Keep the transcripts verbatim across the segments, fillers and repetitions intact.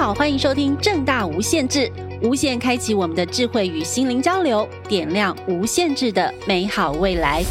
好，欢迎收听政大无限制，无限开启我们的智慧与心灵交流，点亮无限制的美好未来。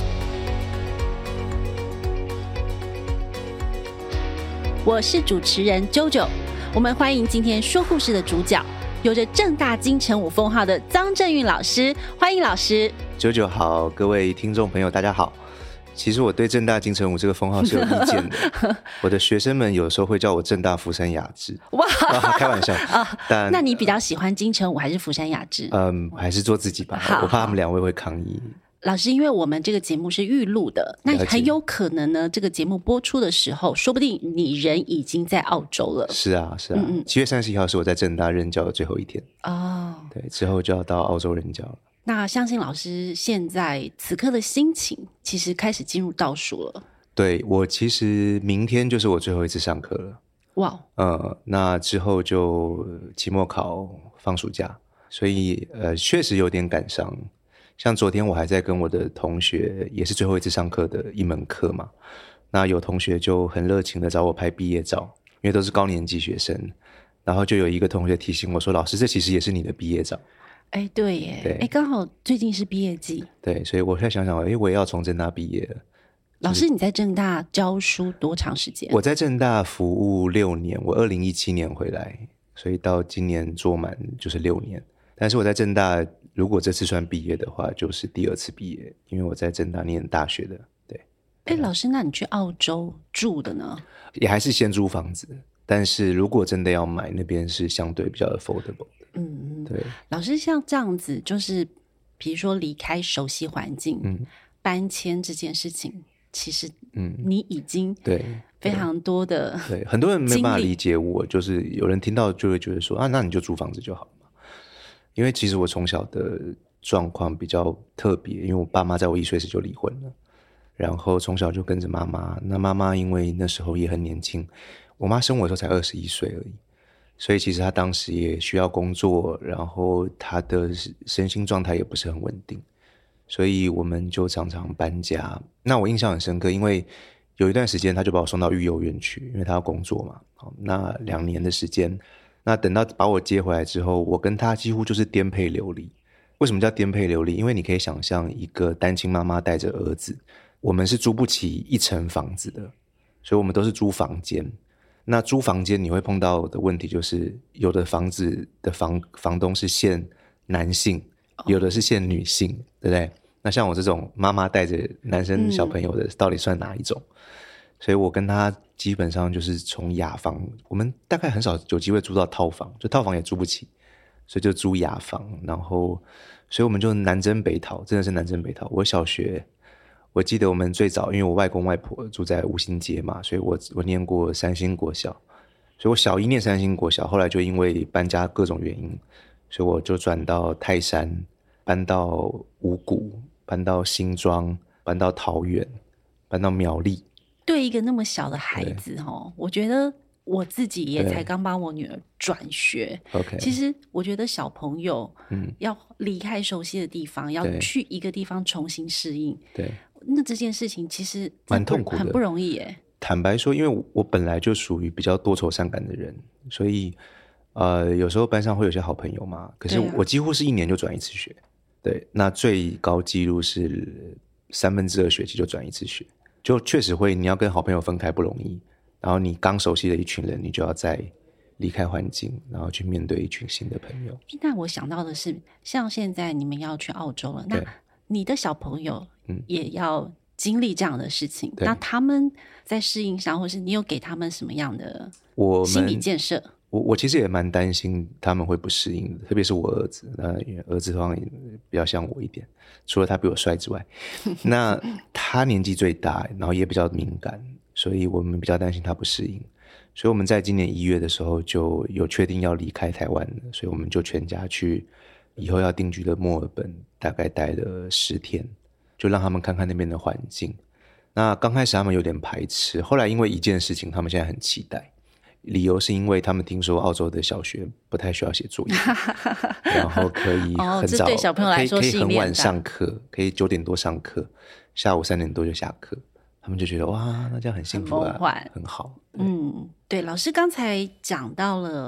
我是主持人 JoJo， 我们欢迎今天说故事的主角，有着政大金城武封号的张正韵老师，欢迎老师。 JoJo好，各位听众朋友大家好。其实我对政大金城武这个封号是有意见的，我的学生们有时候会叫我政大福山雅治。哇，开玩笑啊！但那你比较喜欢金城武还是福山雅治？ 嗯，还是做自己吧，我怕他们两位会抗议。 老师，因为我们这个节目是预录的，那很有可能呢，这个节目播出的时候，说不定你人已经在澳洲了。 是啊，是啊，七、嗯、月三十一号是我在政大任教的最后一天哦。对，之后就要到澳洲任教了。 那相信老师现在此刻的心情，其实开始进入倒数了。 对，我其实明天就是我最后一次上课了。哇，呃，那之后就期末考放暑假，所以呃，确实有点感伤。像昨天我还在跟我的同学，也是最后一次上课的一门课嘛，那有同学就很热情的找我拍毕业照，因为都是高年级学生，然后就有一个同学提醒我说，老师，这其实也是你的毕业照。 哎，对耶，哎，刚好最近是毕业季。 对，所以我在想想，哎，我也要从政大毕业了。 老师，你在政大教书多长时间？ 我在政大服务六年，我二零一七年回来，所以到今年做满就是六年。但是我在政大，如果这次算毕业的话，就是第二次毕业，因为我在政大念大学的。对， 哎，老师，那你去澳洲住的呢？ 也还是先租房子，但是如果真的要买，那边是相对比较 affordable 的。 嗯，对。老师，像这样子，就是比如说离开熟悉环境，嗯，搬迁这件事情，其实，嗯，你已经对非常多的对, 对，很多人没办法理解我，就是有人听到就会觉得说啊，那你就租房子就好了嘛。因为其实我从小的状况比较特别，因为我爸妈在我一岁时就离婚了，然后从小就跟着妈妈。那妈妈因为那时候也很年轻，我妈生我的时候才二十一岁而已。所以其实他当时也需要工作，然后他的身心状态也不是很稳定，所以我们就常常搬家。那我印象很深刻，因为有一段时间他就把我送到育幼院去，因为他要工作嘛。好，那两年的时间，那等到把我接回来之后，我跟他几乎就是颠沛流离。为什么叫颠沛流离？因为你可以想象一个单亲妈妈带着儿子，我们是租不起一层房子的，所以我们都是租房间。那租房间你会碰到的问题就是，有的房子的房房东是限男性，有的是限女性，对不对？那像我这种妈妈带着男生小朋友的，到底算哪一种？嗯，所以我跟他基本上就是从雅房，我们大概很少有机会租到套房，就套房也租不起，所以就租雅房。然后，所以我们就南征北讨，真的是南征北讨。我小学。我记得我们最早，因为我外公外婆住在五星街嘛，所以我我念过三星国小，所以我小一念三星国小，后来就因为搬家各种原因，所以我就转到泰山，搬到五股，搬到新庄，搬到桃园，搬到苗栗。 对一个那么小的孩子齁，我觉得我自己也才刚帮我女儿转学。Okay. 其实我觉得小朋友要离开熟悉的地方，要去一个地方重新适应。对。那这件事情其实蛮痛苦的， 很不容易耶。 坦白说，因为我本来就属于比较多愁善感的人，所以呃，有时候班上会有些好朋友嘛。可是我几乎是一年就转一次学，对, 对，那最高纪录是三分之二学期就转一次学，就确实会，你要跟好朋友分开不容易，然后你刚熟悉的一群人，你就要再离开环境，然后去面对一群新的朋友。 那我想到的是，像现在你们要去澳洲了，那你的小朋友也要经历这样的事情，嗯，那他们在适应上，或是你有给他们什么样的心理建设？ 我我其实也蛮担心他们会不适应的，特别是我儿子，那因为儿子好像比较像我一点，除了他比我帅之外，那他年纪最大，然后也比较敏感，所以我们比较担心他不适应，所以我们在今年一月的时候就有确定要离开台湾了，所以我们就全家去以后要定居的墨尔本，大概待了十天，就让他们看看那边的环境。那刚开始他们有点排斥，后来因为一件事情他们现在很期待，理由是因为他们听说澳洲的小学不太需要写作业然后可以很早， 哦，这对小朋友来说可以可以很晚上课，可以九点多上课，下午三点多就下课，他们就觉得哇，那这样很幸福啊， 很, 很好。嗯， 对，老师刚才讲到了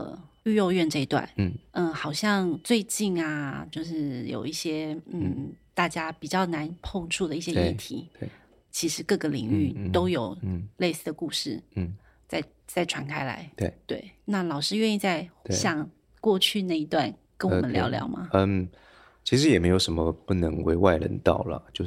育幼院这一段， 嗯嗯，好像最近啊，就是有一些嗯，嗯大家比较难碰触的一些议题， 对， 其实各个领域都有类似的故事， 嗯， 在在传开来。 对对，那老师愿意再像过去那一段跟我们聊聊吗？ okay, 嗯，其实也没有什么不能为外人道了，就是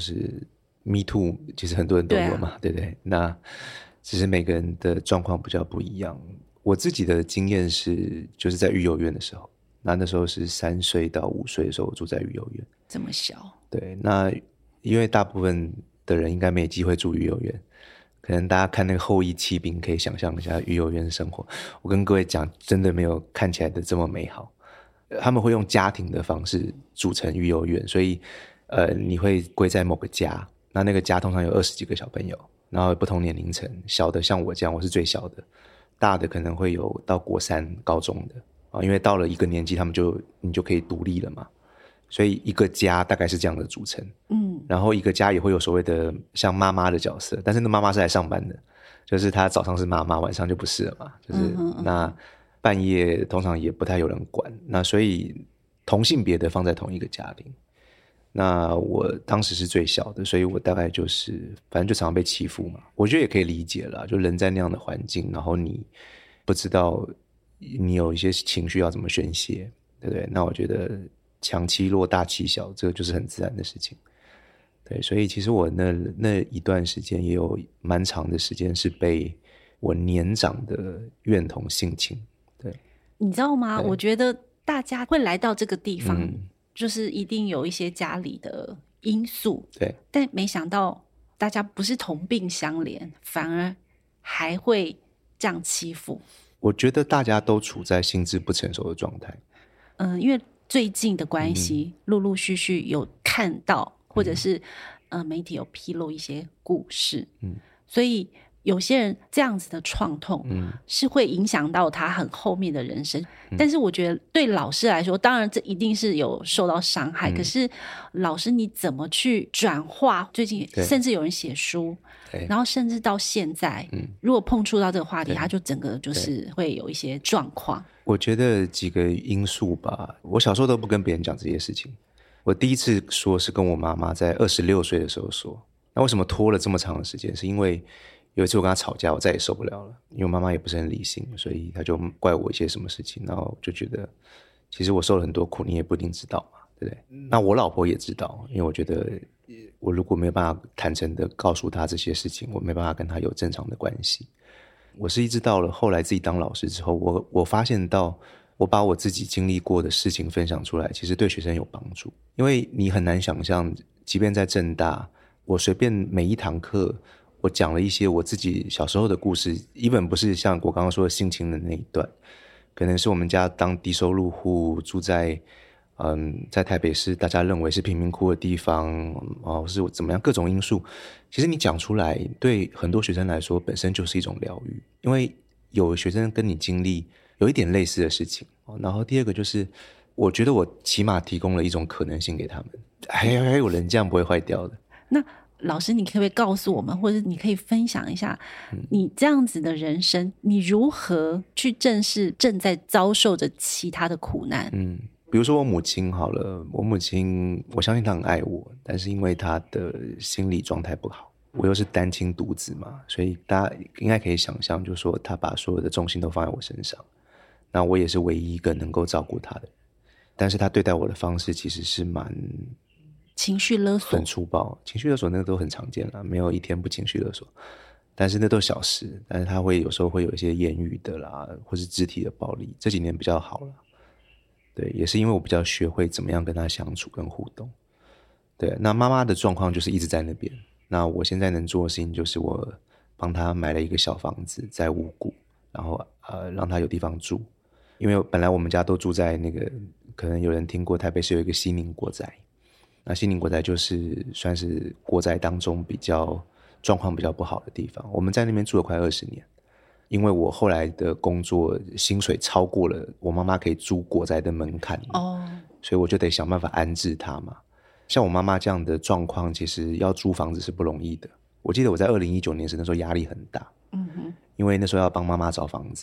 Me Too， 其实很多人都有嘛， 对,、啊、对不对？那只是每个人的状况比较不一样。我自己的经验是，就是在育幼院的时候，那那时候是三岁到五岁的时候，我住在育幼院。 这么小？ 对，那因为大部分的人应该没机会住育幼院，可能大家看那个后翼弃兵，可以想象一下育幼院的生活。我跟各位讲，真的没有看起来的这么美好。他们会用家庭的方式组成育幼院，所以呃，你会归在某个家，那那个家通常有二十几个小朋友，然后不同年龄层，小的像我这样，我是最小的。大的可能会有到国三高中的啊，因为到了一个年纪他们就你就可以独立了嘛，所以一个家大概是这样的组成。嗯，然后一个家也会有所谓的像妈妈的角色，但是那妈妈是来上班的，就是她早上是妈妈，晚上就不是了嘛，就是那半夜通常也不太有人管，那所以同性别的放在同一个家庭。那我当时是最小的，所以我大概就是反正就常常被欺负嘛，我觉得也可以理解啦，就人在那样的环境，然后你不知道你有一些情绪要怎么宣泄，对不对？那我觉得强欺弱大欺小，这个就是很自然的事情。对，所以其实我那那一段时间也有蛮长的时间是被我年长的院童性侵。对， 你知道吗？我觉得大家会来到这个地方、嗯就是一定有一些家里的因素， 对， 但没想到大家不是同病相怜，反而还会这样欺负。 我觉得大家都处在心智不成熟的状态。 嗯，因为最近的关系，嗯、陆陆续续有看到，或者是、嗯呃、媒体有披露一些故事，嗯，所以有些人这样子的创痛、嗯、是会影响到他很后面的人生、嗯、但是我觉得对老师来说，当然这一定是有受到伤害、嗯、可是老师你怎么去转化，最近甚至有人写书，然后甚至到现在、嗯、如果碰触到这个话题，他就整个就是会有一些状况。 我觉得几个因素吧，我小时候都不跟别人讲这些事情，我第一次说是跟我妈妈在二十六岁的时候说。那为什么拖了这么长的时间，是因为有一次我跟他吵架，我再也受不了了，因为我妈妈也不是很理性，所以他就怪我一些什么事情，然后就觉得其实我受了很多苦，你也不一定知道嘛，对不对？那我老婆也知道，因为我觉得我如果没有办法坦诚的告诉她这些事情，我没办法跟她有正常的关系。我是一直到了后来自己当老师之后，我我发现到我把我自己经历过的事情分享出来，其实对学生有帮助。因为你很难想象，即便在政大，我随便每一堂课我讲了一些我自己小时候的故事，一本不是像我刚刚说的性侵的那一段，可能是我们家当低收入户，住在嗯，在台北市大家认为是贫民窟的地方，哦，是怎么样各种因素，其实你讲出来对很多学生来说本身就是一种疗愈，因为有学生跟你经历有一点类似的事情。然后第二个就是我觉得我起码提供了一种可能性给他们，还还有人这样不会坏掉的。 那老师你可不可以告诉我们，或者你可以分享一下、嗯、你这样子的人生，你如何去正视正在遭受着其他的苦难？嗯， 比如说我母亲好了，我母亲我相信她很爱我，但是因为她的心理状态不好，我又是单亲独子嘛，所以大家应该可以想象，就是说她把所有的重心都放在我身上，那我也是唯一一个能够照顾她的人，但是她对待我的方式其实是蛮情绪勒索， 很粗暴。情绪勒索那个都很常见啦，没有一天不情绪勒索，但是那都小事，但是他会有时候会有一些言语的啦，或是肢体的暴力，这几年比较好了。对，也是因为我比较学会怎么样跟他相处跟互动。对，那妈妈的状况就是一直在那边，那我现在能做的事情就是我帮他买了一个小房子在五股，然后呃让他有地方住，因为本来我们家都住在那个，可能有人听过台北市有一个西宁国宅，那西宁国宅就是算是国宅当中比较状况比较不好的地方，我们在那边住了快二十年。因为我后来的工作薪水超过了我妈妈可以住国宅的门槛，哦，所以我就得想办法安置她嘛。像我妈妈这样的状况，其实要租房子是不容易的。我记得我在二零一九年时那时候压力很大，嗯哼，因为那时候要帮妈妈找房子，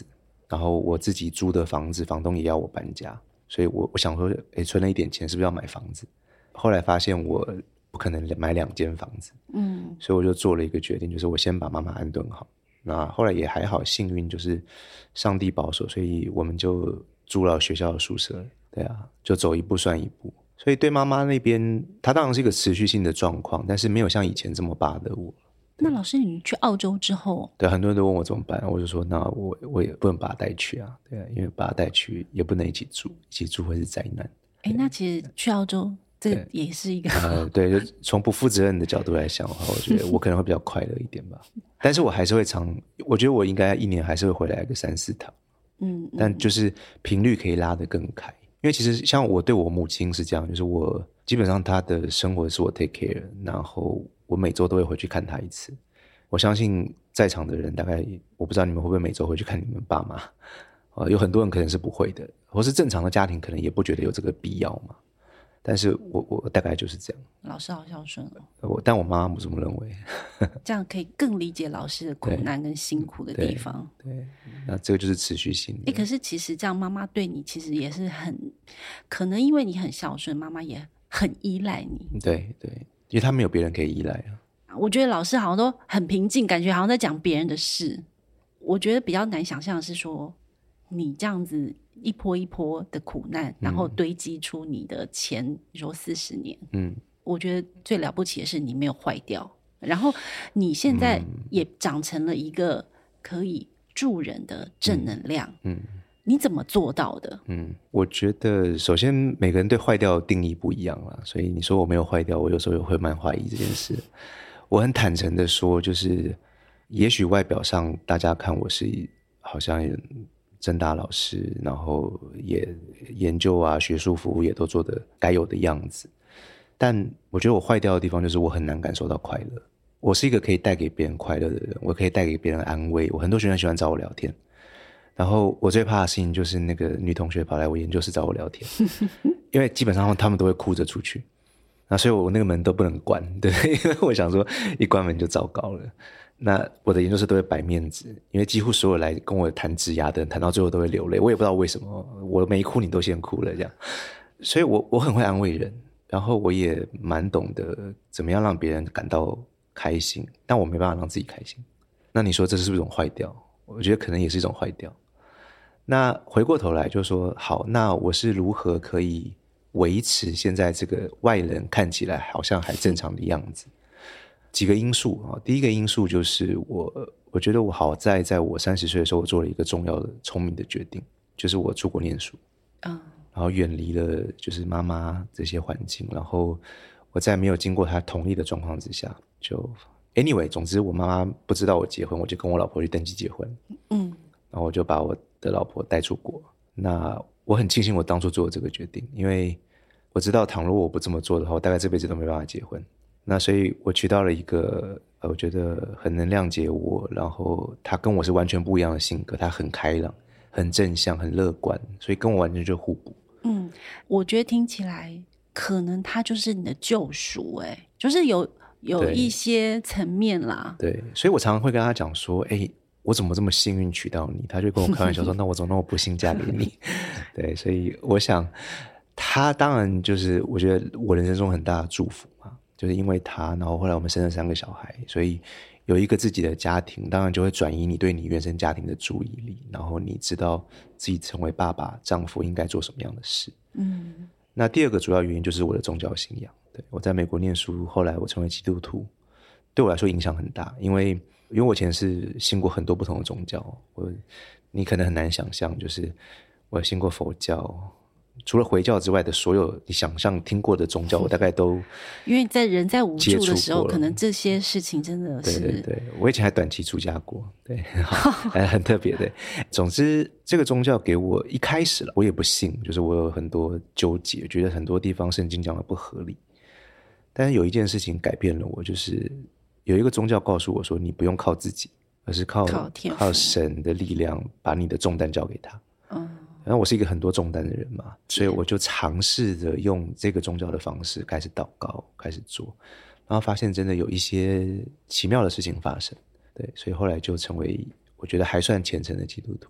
然后我自己租的房子房东也要我搬家，所以我我想说诶存了一点钱是不是要买房子，后来发现我不可能买两间房子，嗯，所以我就做了一个决定，就是我先把妈妈安顿好。那后来也还好，幸运就是上帝保守，所以我们就住到学校的宿舍，对啊，就走一步算一步。所以对妈妈那边，她当然是一个持续性的状况，但是没有像以前这么巴的我。 那老师，你去澳洲之后， 对，很多人都问我怎么办，我就说那我我也不能把她带去啊，对啊，因为把她带去也不能一起住，一起住会是灾难。 哎，那其实去澳洲这个也是一个呃，对，就从不负责任的角度来想的话，我觉得我可能会比较快乐一点吧。但是我还是会常，我觉得我应该一年还是会回来个三四趟，嗯，但就是频率可以拉得更开。因为其实像我对我母亲是这样，就是我基本上她的生活是我 take care， 然后我每周都会回去看她一次。我相信在场的人大概，我不知道你们会不会每周回去看你们爸妈，呃，有很多人可能是不会的，或是正常的家庭可能也不觉得有这个必要嘛。但是我我大概就是这样。 老师好孝顺哦，我但我妈妈不这么认为。 这样可以更理解老师的苦难跟辛苦的地方。 对，对，那这个就是持续性的。 欸，可是其实这样妈妈对你其实也是很，可能因为你很孝顺，妈妈也很依赖你。 对对，因为她没有别人可以依赖啊。 我觉得老师好像都很平静，感觉好像在讲别人的事。我觉得比较难想象的是说，你这样子一波一波的苦难，然后堆积出你的前，你说四十年，嗯，我觉得最了不起的是你没有坏掉，然后你现在也长成了一个可以助人的正能量，嗯，嗯，你怎么做到的？ 嗯，我觉得首先每个人对坏掉的定义不一样啦，所以你说我没有坏掉，我有时候也会蛮怀疑这件事。我很坦诚的说，就是也许外表上大家看我是好像政大老师，然后也研究啊学术服务也都做得该有的样子，但我觉得我坏掉的地方就是我很难感受到快乐。我是一个可以带给别人快乐的人，我可以带给别人安慰，我很多学生喜欢找我聊天，然后我最怕的事情就是那个女同学跑来我研究室找我聊天因为基本上他们都会哭着出去，那所以我那个门都不能关，对，因为我想说一关门就糟糕了。那我的研究室都会摆面子，因为几乎所有来跟我谈职涯的人谈到最后都会流泪，我也不知道为什么，我没哭你都先哭了这样。所以我我很会安慰人，然后我也蛮懂得怎么样让别人感到开心，但我没办法让自己开心。那你说这是不是一种坏掉？我觉得可能也是一种坏掉。那回过头来就说，好，那我是如何可以维持现在这个外人看起来好像还正常的样子？几个因素啊，第一个因素就是我，我觉得我好在在我三十岁的时候，我做了一个重要的、聪明的决定，就是我出国念书，嗯，然后远离了就是妈妈这些环境，然后我在没有经过她同意的状况之下，就 anyway， 总之我妈妈不知道我结婚，我就跟我老婆去登记结婚，嗯，然后我就把我的老婆带出国。那我很庆幸我当初做了这个决定，因为我知道倘若我不这么做的话，我大概这辈子都没办法结婚。那所以我娶到了一个呃，我觉得很能谅解我，然后他跟我是完全不一样的性格，他很开朗很正向很乐观，所以跟我完全就互补。 嗯，我觉得听起来可能他就是你的救赎，欸，就是有有一些层面啦。 对，所以我常常会跟他讲说，哎，我怎么这么幸运娶到你，他就跟我开玩笑说那我怎么那么不幸嫁给你对，所以我想他当然就是我觉得我人生中很大的祝福嘛，就是因为他，然后后来我们生了三个小孩，所以有一个自己的家庭，当然就会转移你对你原生家庭的注意力，然后你知道自己成为爸爸丈夫应该做什么样的事。嗯，那第二个主要原因就是我的宗教信仰。对，我在美国念书，后来我成为基督徒，对我来说影响很大，因为因为我以前是信过很多不同的宗教，我你可能很难想象，就是我信过佛教，除了回教之外的所有你想象听过的宗教，我大概都因为在人在无助的时候，可能这些事情真的是对对对，我以前还短期出家过，对，很特别的。总之，这个宗教给我一开始了，我也不信，就是我有很多纠结，觉得很多地方圣经讲的不合理。但是有一件事情改变了我，就是有一个宗教告诉我说，你不用靠自己，而是靠靠, 靠神的力量，把你的重担交给他。嗯。然后我是一个很多重担的人嘛，所以我就尝试着用这个宗教的方式开始祷告，开始做，然后发现真的有一些奇妙的事情发生。对，所以后来就成为我觉得还算虔诚的基督徒。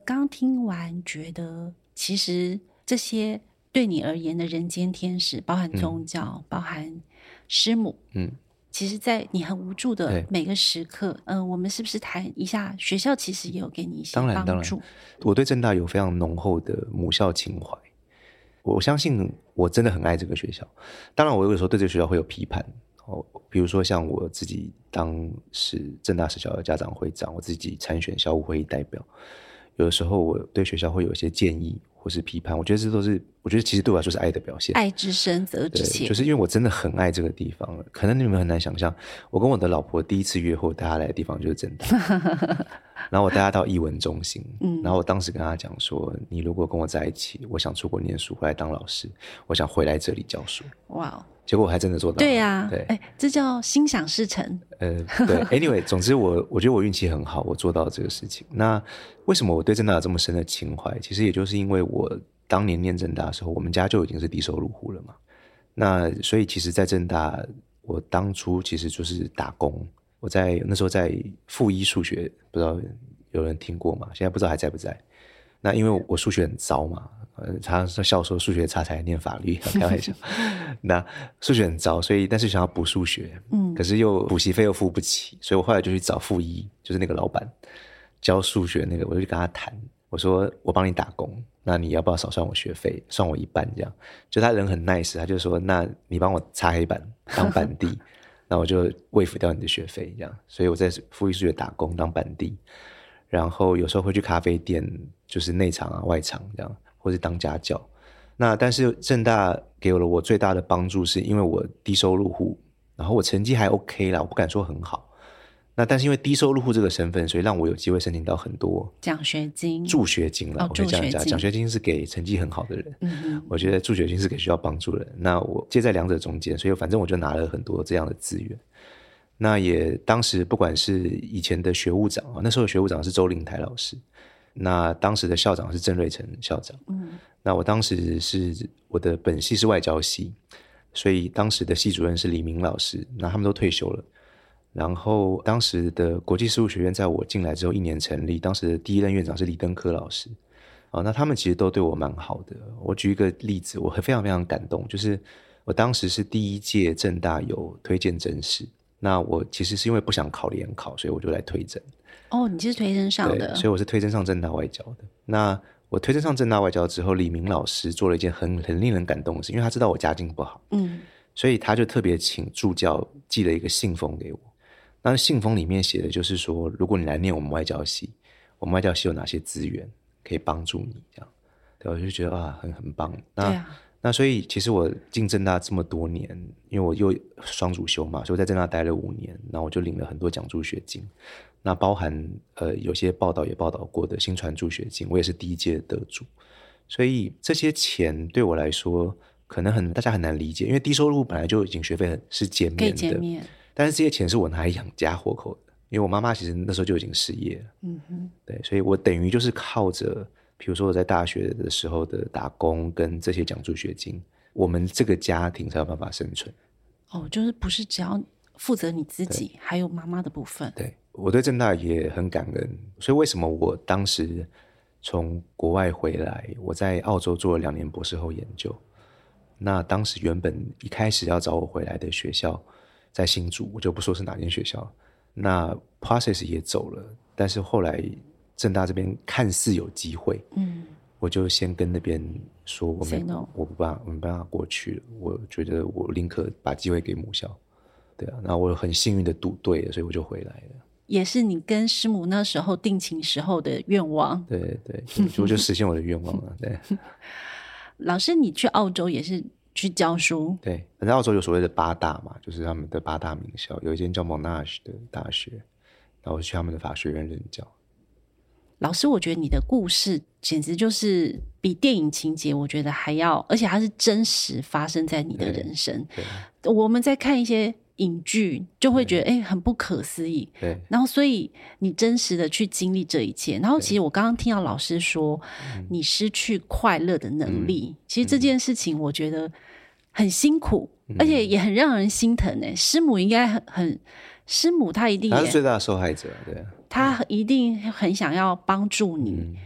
刚听完觉得其实这些对你而言的人间天使，包含宗教、嗯、包含师母，嗯，其实在你很无助的每个时刻，嗯、呃，我们是不是谈一下学校其实也有给你一些帮助？当然当然， 我对政大有非常浓厚的母校情怀，我相信我真的很爱这个学校。当然我有时候对这个学校会有批判，哦，比如说像我自己当时政大实校的家长会长，我自己参选校务会议代表，有的时候我对学校会有一些建议或是批判，我觉得这都是，我觉得其实对我来说是爱的表现。 爱之深责之切， 就是因为我真的很爱这个地方。可能你们很难想象，我跟我的老婆第一次约会带她来的地方就是政大然后我带她到艺文中心、嗯、然后我当时跟她讲说，你如果跟我在一起，我想出国念书回来当老师，我想回来这里教书。哇，结果我还真的做到了。 对啊，对，哎，这叫心想事成。 呃，对 ，anyway， 总之我我觉得我运气很好，我做到了这个事情。那为什么我对政大有这么深的情怀？其实也就是因为我当年念政大的时候，我们家就已经是低收入户了嘛。那所以其实在政大，我当初其实就是打工。我在那时候在附一数学，不知道有人听过吗？现在不知道还在不在。那因为我数学很糟嘛，呃，常常笑说数学差才念法律，开玩笑。那数学很糟，所以但是想要补数学，嗯，可是又补习费又付不起，所以我后来就去找附一，就是那个老板教数学那个，我就去跟他谈，我说我帮你打工，那你要不要少算我学费，算我一半这样？就他人很 nice， 他就说那你帮我擦黑板当板弟，那我就未付掉你的学费这样。所以我在附一数学打工当板弟。然后有时候会去咖啡店，就是内场啊外场这样，或是当家教。那但是政大给了我最大的帮助，是因为我低收入户，然后我成绩还 OK 啦，我不敢说很好。那但是因为低收入户这个身份，所以让我有机会申请到很多奖学金、 助学金啦。哦、我可以这样讲，奖学金是给成绩很好的人，嗯，我觉得助学金是给需要帮助的人。那我介在两者中间，所以反正我就拿了很多这样的资源。那也当时不管是以前的学务长，那时候的学务长是周林台老师，那当时的校长是郑瑞成校长，嗯，那我当时是我的本系是外交系，所以当时的系主任是李明老师，那他们都退休了。然后当时的国际事务学院在我进来之后一年成立，当时的第一任院长是李登科老师，啊，那他们其实都对我蛮好的。我举一个例子，我非常非常感动，就是我当时是第一届政大有推荐甄试。那我其实是因为不想考联考，所以我就来推甄。 哦，你是推甄上的？ 对，所以我是推甄上政大外交的。那我推甄上政大外交之后，李明老师做了一件很很令人感动的事，因为他知道我家境不好，嗯，所以他就特别请助教寄了一个信封给我。那信封里面写的就是说，如果你来念我们外交系，我们外交系有哪些资源可以帮助你，这样。对，我就觉得啊，很很棒。那对啊。那所以其实我进政大这么多年，因为我又双主修嘛，所以我在政大待了五年，那我就领了很多奖助学金，那包含呃有些报道也报道过的新传助学金，我也是第一届得主。所以这些钱对我来说可能很大家很难理解，因为低收入本来就已经学费很是减免的，可以减免，但是这些钱是我拿来养家活口的，因为我妈妈其实那时候就已经失业了，嗯哼，对，所以我等于就是靠着比如说我在大学的时候的打工跟这些奖助学金，我们这个家庭才有办法生存。 哦，就是不是只要负责你自己，还有妈妈的部分。 对，我对政大也很感恩，所以为什么我当时从国外回来，我在澳洲做了两年博士后研究，那当时原本一开始要找我回来的学校在新竹，我就不说是哪间学校，那 process 也走了，但是后来政大这边看似有机会，嗯，我就先跟那边说我没 no. 我不办我没办法过去了，我觉得我宁可把机会给母校，对啊，那我很幸运的赌对了，所以我就回来了。 也是你跟师母那时候定情时候的愿望， 对对，我就实现我的愿望了。对， 老师，你去澳洲也是去教书？ 对，反正澳洲有所谓的八大嘛，就是他们的八大名校，有一间叫 Monash 的大学，然后我去他们的法学院任教。 老师，我觉得你的故事简直就是比电影情节我觉得还要，而且它是真实发生在你的人生。我们在看一些影剧就会觉得哎、欸，很不可思议，对，然后所以你真实的去经历这一切，然后其实我刚刚听到老师说你失去快乐的能力、嗯、其实这件事情我觉得很辛苦、嗯、而且也很让人心疼耶。师母应该很很师母她一定也她是最大的受害者，对， 她一定很想要帮助你、嗯、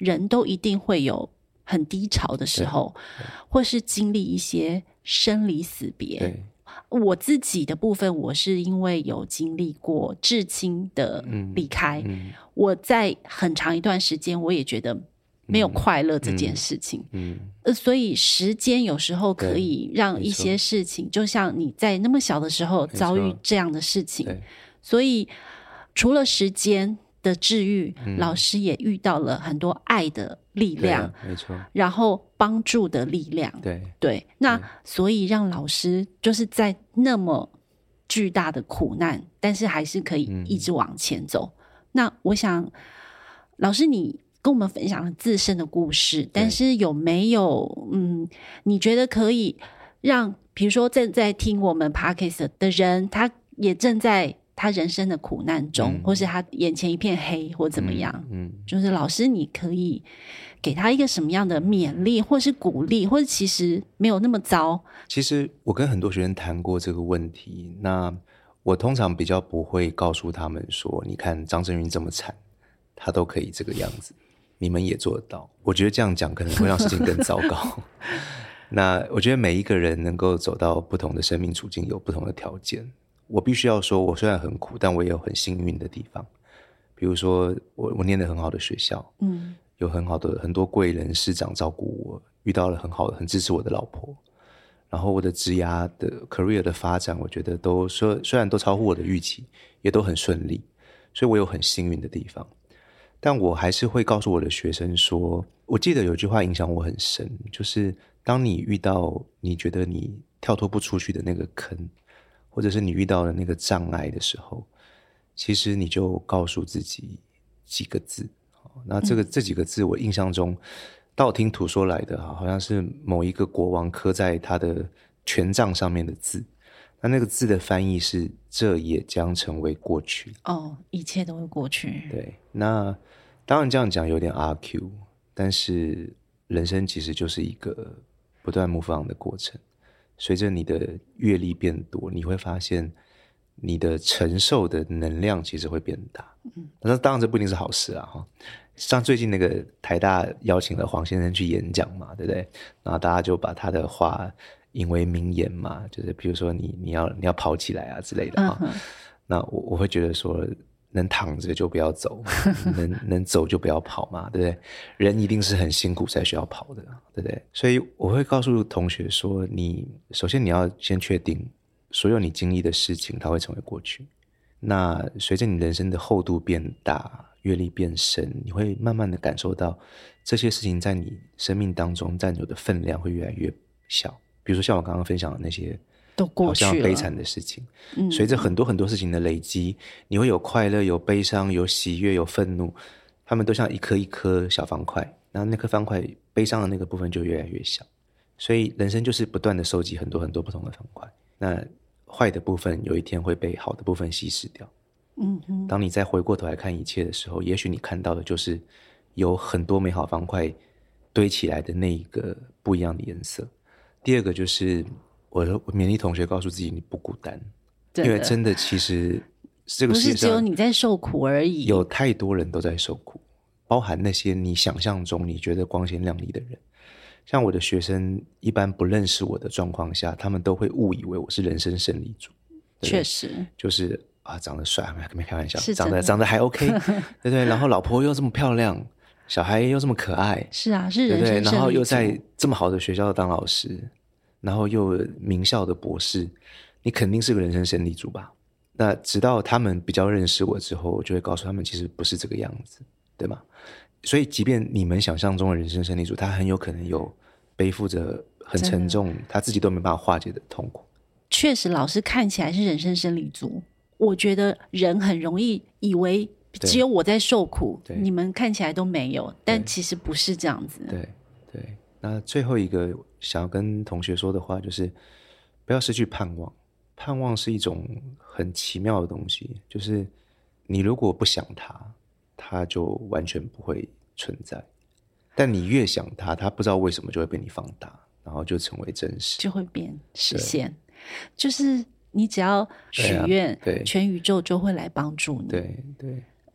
人都一定会有很低潮的时候，或是经历一些生离死别。我自己的部分，我是因为有经历过至亲的离开、嗯嗯、我在很长一段时间我也觉得没有快乐这件事情、嗯嗯呃、所以时间有时候可以让一些事情，就像你在那么小的时候遭遇这样的事情，所以除了时间的治愈、嗯、老师也遇到了很多爱的力量、啊、没错，然后帮助的力量，对对，那所以让老师就是在那么巨大的苦难，但是还是可以一直往前走、嗯、那我想老师你跟我们分享了自身的故事，但是有没有嗯，你觉得可以让比如说正在听我们 Podcast 的人，他也正在他人生的苦难中、嗯、或是他眼前一片黑或怎么样、嗯嗯、就是老师你可以给他一个什么样的勉励或是鼓励，或者其实没有那么糟。 其实我跟很多学生谈过这个问题，那我通常比较不会告诉他们说你看张正云这么惨他都可以这个样子，你们也做得到。我觉得这样讲可能会让事情更糟糕那我觉得每一个人能够走到不同的生命处境有不同的条件，我必须要说我虽然很苦，但我也有很幸运的地方。比如说我我念得很好的学校，嗯，有很好的很多贵人师长照顾我，遇到了很好的很支持我的老婆，然后我的职涯的 career 的发展我觉得都虽然都超乎我的预期，也都很顺利，所以我有很幸运的地方。但我还是会告诉我的学生说，我记得有句话影响我很深，就是当你遇到你觉得你跳脱不出去的那个坑，或者是你遇到了那个障碍的时候，其实你就告诉自己几个字。那这个、嗯、这几个字我印象中道听途说来的，好像是某一个国王刻在他的权杖上面的字，那那个字的翻译是这也将成为过去。 哦，一切都会过去。 对，那当然这样讲有点阿 Q， 但是人生其实就是一个不断 move on 的过程，随着你的阅历变多，你会发现你的承受的能量其实会变大。嗯，那当然这不一定是好事啊哈。像最近那个台大邀请了黄先生去演讲嘛，对不对？然后大家就把他的话引为名言嘛，就是比如说你你要你要跑起来啊之类的哈、嗯。那我我会觉得说，能躺着就不要走，能能走就不要跑嘛，对不对？人一定是很辛苦才需要跑的，对不对？所以我会告诉同学说，你首先你要先确定，所有你经历的事情它会成为过去。那随着你人生的厚度变大，阅历变深，你会慢慢的感受到这些事情在你生命当中占有的分量会越来越小。比如说像我刚刚分享的那些都过去了好像悲惨的事情，嗯，随着很多很多事情的累积，你会有快乐，有悲伤，有喜悦，有愤怒，它们都像一颗一颗小方块，然后那颗方块悲伤的那个部分就越来越小。所以人生就是不断的收集很多很多不同的方块，那坏的部分有一天会被好的部分稀释掉。嗯哼，当你再回过头来看一切的时候，也许你看到的就是有很多美好方块堆起来的那一个不一样的颜色。第二个就是我勉励同学告诉自己你不孤单，因为真的其实这个世界上不是只有你在受苦而已， 有太多人都在受苦，包含那些你想象中你觉得光鲜亮丽的人。像我的学生一般不认识我的状况下，他们都会误以为我是人生胜利组。 确实就是啊，长得帅，没开玩笑，长得长得还 OK 对不对？然后老婆又这么漂亮，小孩又这么可爱， 是啊，是人生胜利组， 对不对？然后又在这么好的学校当老师，然后又名校的博士，你肯定是个人生胜利组吧？那直到他们比较认识我之后，我就会告诉他们其实不是这个样子，对吗？所以即便你们想象中的人生胜利组，他很有可能有背负着很沉重他自己都没办法化解的痛苦。 确实老师看起来是人生胜利组，我觉得人很容易以为只有我在受苦，你们看起来都没有，但其实不是这样子。 对对，那最后一个想要跟同学说的话就是不要失去盼望。盼望是一种很奇妙的东西，就是你如果不想它，它就完全不会存在，但你越想它，它不知道为什么就会被你放大，然后就成为真实， 就会变实现。就是你只要许愿、啊、全宇宙就会来帮助你。 对对，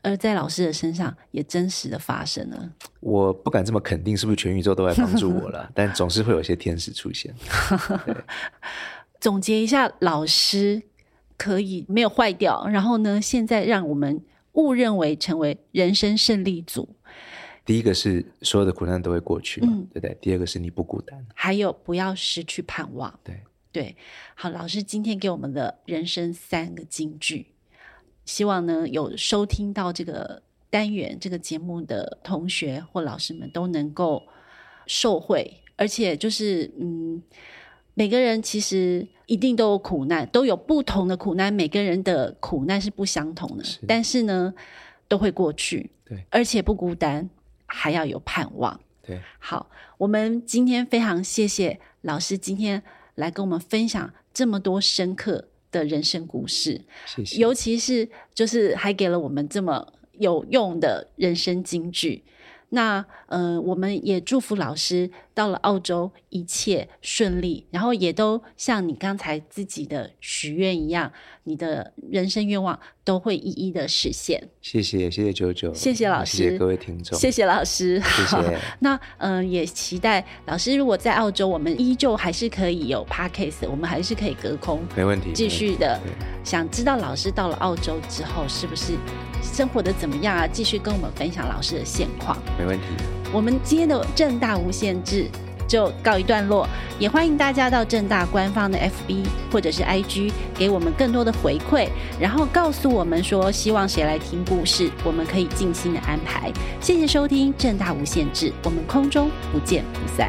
而在老师的身上也真实的发生了。 我不敢这么肯定是不是全宇宙都来帮助我了但总是会有些天使出现总结一下，老师可以没有坏掉，然后呢现在让我们误认为成为人生胜利组。 第一个是所有的苦难都会过去嘛、嗯、对不对？第二个是你不孤单， 还有不要失去盼望。 对对，好，老师今天给我们的人生三个金句，希望呢有收听到这个单元这个节目的同学或老师们都能够受惠，而且就是嗯，每个人其实一定都有苦难，都有不同的苦难，每个人的苦难是不相同的，是但是呢都会过去， 对， 而且不孤单，还要有盼望。 对， 好，我们今天非常谢谢老师今天来跟我们分享这么多深刻的人生故事， 谢谢， 尤其是就是还给了我们这么有用的人生金句。那呃，我们也祝福老师到了澳洲一切顺利，然后也都像你刚才自己的许愿一样，你的人生愿望都会一一的实现。 谢谢，谢谢九九， 谢谢老师， 谢谢各位听众， 谢谢老师， 谢谢。 那呃，也期待老师如果在澳洲，我们依旧还是可以有 podcast， 我们还是可以隔空， 没问题， 继续的。想知道老师到了澳洲之后是不是生活的怎么样啊？继续跟我们分享老师的现况， 没问题。 我们今天的政大无限制就告一段落，也欢迎大家到政大官方的 F B 或者是 I G 给我们更多的回馈，然后告诉我们说希望谁来听故事，我们可以尽心的安排。谢谢收听政大无限制，我们空中不见不散。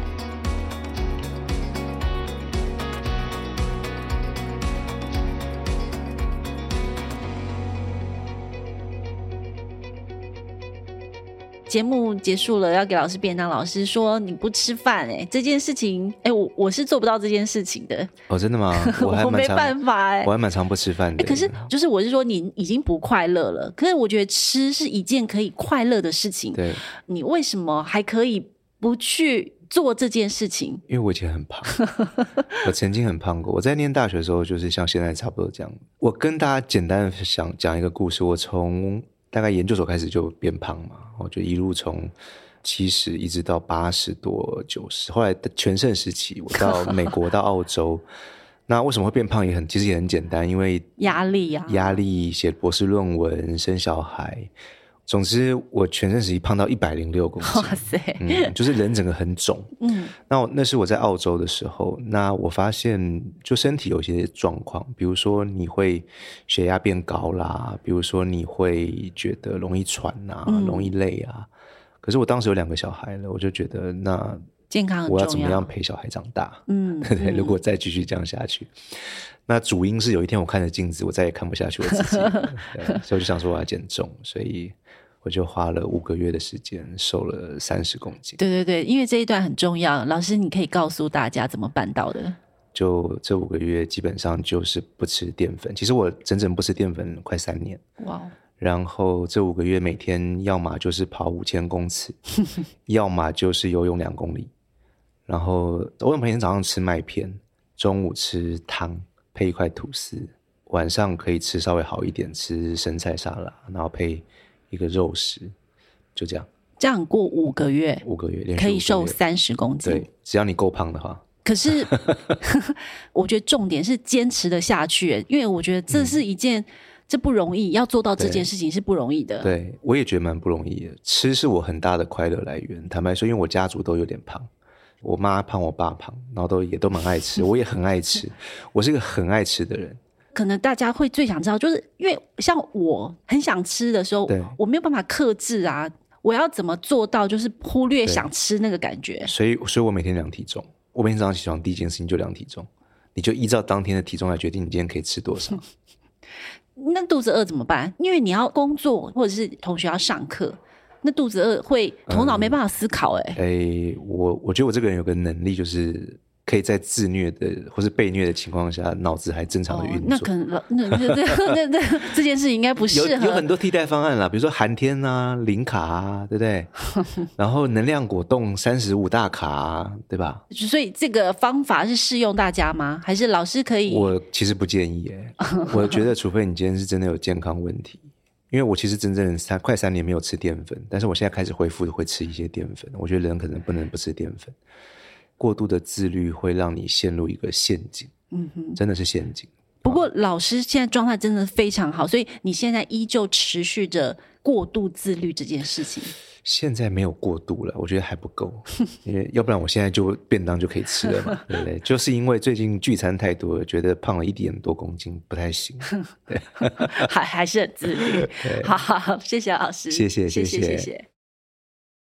节目结束了，要给老师便当，老师说你不吃饭，哎、欸，这件事情，哎、欸，我我是做不到这件事情的。 哦，真的吗？我还我没办法哎、欸， 我还蛮常不吃饭的、 欸。可是就是我是说，你已经不快乐了，可是我觉得吃是一件可以快乐的事情。 对， 你为什么还可以不去做这件事情？ 因为我以前很胖，我曾经很胖过。我在念大学的时候，就是像现在差不多这样。我跟大家简单的想讲一个故事，我从大概研究所开始就变胖嘛，我就一路从七十一直到八十多九十，后来的全盛时期我到美国到澳洲那为什么会变胖也很其实也很简单，因为压力啊压力写博士论文生小孩，总之我全盛时期胖到一百零六公斤， 哇塞、 嗯、就是人整个很肿。嗯，那那是我在澳洲的时候，那我发现就身体有些状况，比如说你会血压变高啦，比如说你会觉得容易喘啊、嗯、容易累啊。可是我当时有两个小孩了，我就觉得那健康很重要， 我要怎么样陪小孩长大？嗯，对对，如果再继续这样下去，那主因是有一天我看着镜子，我再也看不下去我自己对，所以我就想说我要减重，所以我就花了五个月的时间瘦了三十公斤。 对对对，因为这一段很重要，老师你可以告诉大家怎么办到的。 就这五个月基本上就是不吃淀粉，其实我整整不吃淀粉快三年。哇！然后这五个月每天要么就是跑五千公尺要么就是游泳两公里，然后我每天早上吃麦片，中午吃汤配一块吐司，晚上可以吃稍微好一点，吃生菜沙拉，然后配一个肉食，就这样。 这样过五个月， 五个月可以瘦三十公斤。 对，只要你够胖的话。 可是我觉得重点是坚持的下去，因为我觉得这是一件、嗯、这不容易，要做到这件事情是不容易的。 对，我也觉得蛮不容易的。吃是我很大的快乐来源，坦白说，因为我家族都有点胖，我妈胖我爸胖，然后都也都蛮爱吃我也很爱吃我是一个很爱吃的人。 可能大家会最想知道，就是因为像我很想吃的时候，我没有办法克制啊，我要怎么做到就是忽略想吃那个感觉？ 所以所以我每天量体重，我每天早上起床第一件事情就量体重，你就依照当天的体重来决定你今天可以吃多少那肚子饿怎么办？因为你要工作或者是同学要上课，那肚子饿会头脑没办法思考。哎、 嗯欸，我我觉得我这个人有个能力，就是可以在自虐的或是被虐的情况下，脑子还正常的运作。 哦、那可能那那那那这件事情应该不适合。 有有很多替代方案啦，比如说寒天啊、零卡啊，对不对？然后能量果冻三十五大卡啊，对吧？ 所以这个方法是适用大家吗？还是老师可以？ 我其实不建议耶、欸，我觉得除非你今天是真的有健康问题， 因为我其实整整三快三年没有吃淀粉，但是我现在开始恢复会吃一些淀粉。我觉得人可能不能不吃淀粉，过度的自律会让你陷入一个陷阱，嗯哼，真的是陷阱。 不过老师现在状态真的非常好，所以你现在依旧持续着过度自律这件事情。 现在没有过度了，我觉得还不够，因为要不然我现在就便当就可以吃了嘛，对不对？就是因为最近聚餐太多了，觉得胖了一点多公斤，不太行，对， 还还是很自律。好好，谢谢老师， 谢谢，谢谢谢，谢谢。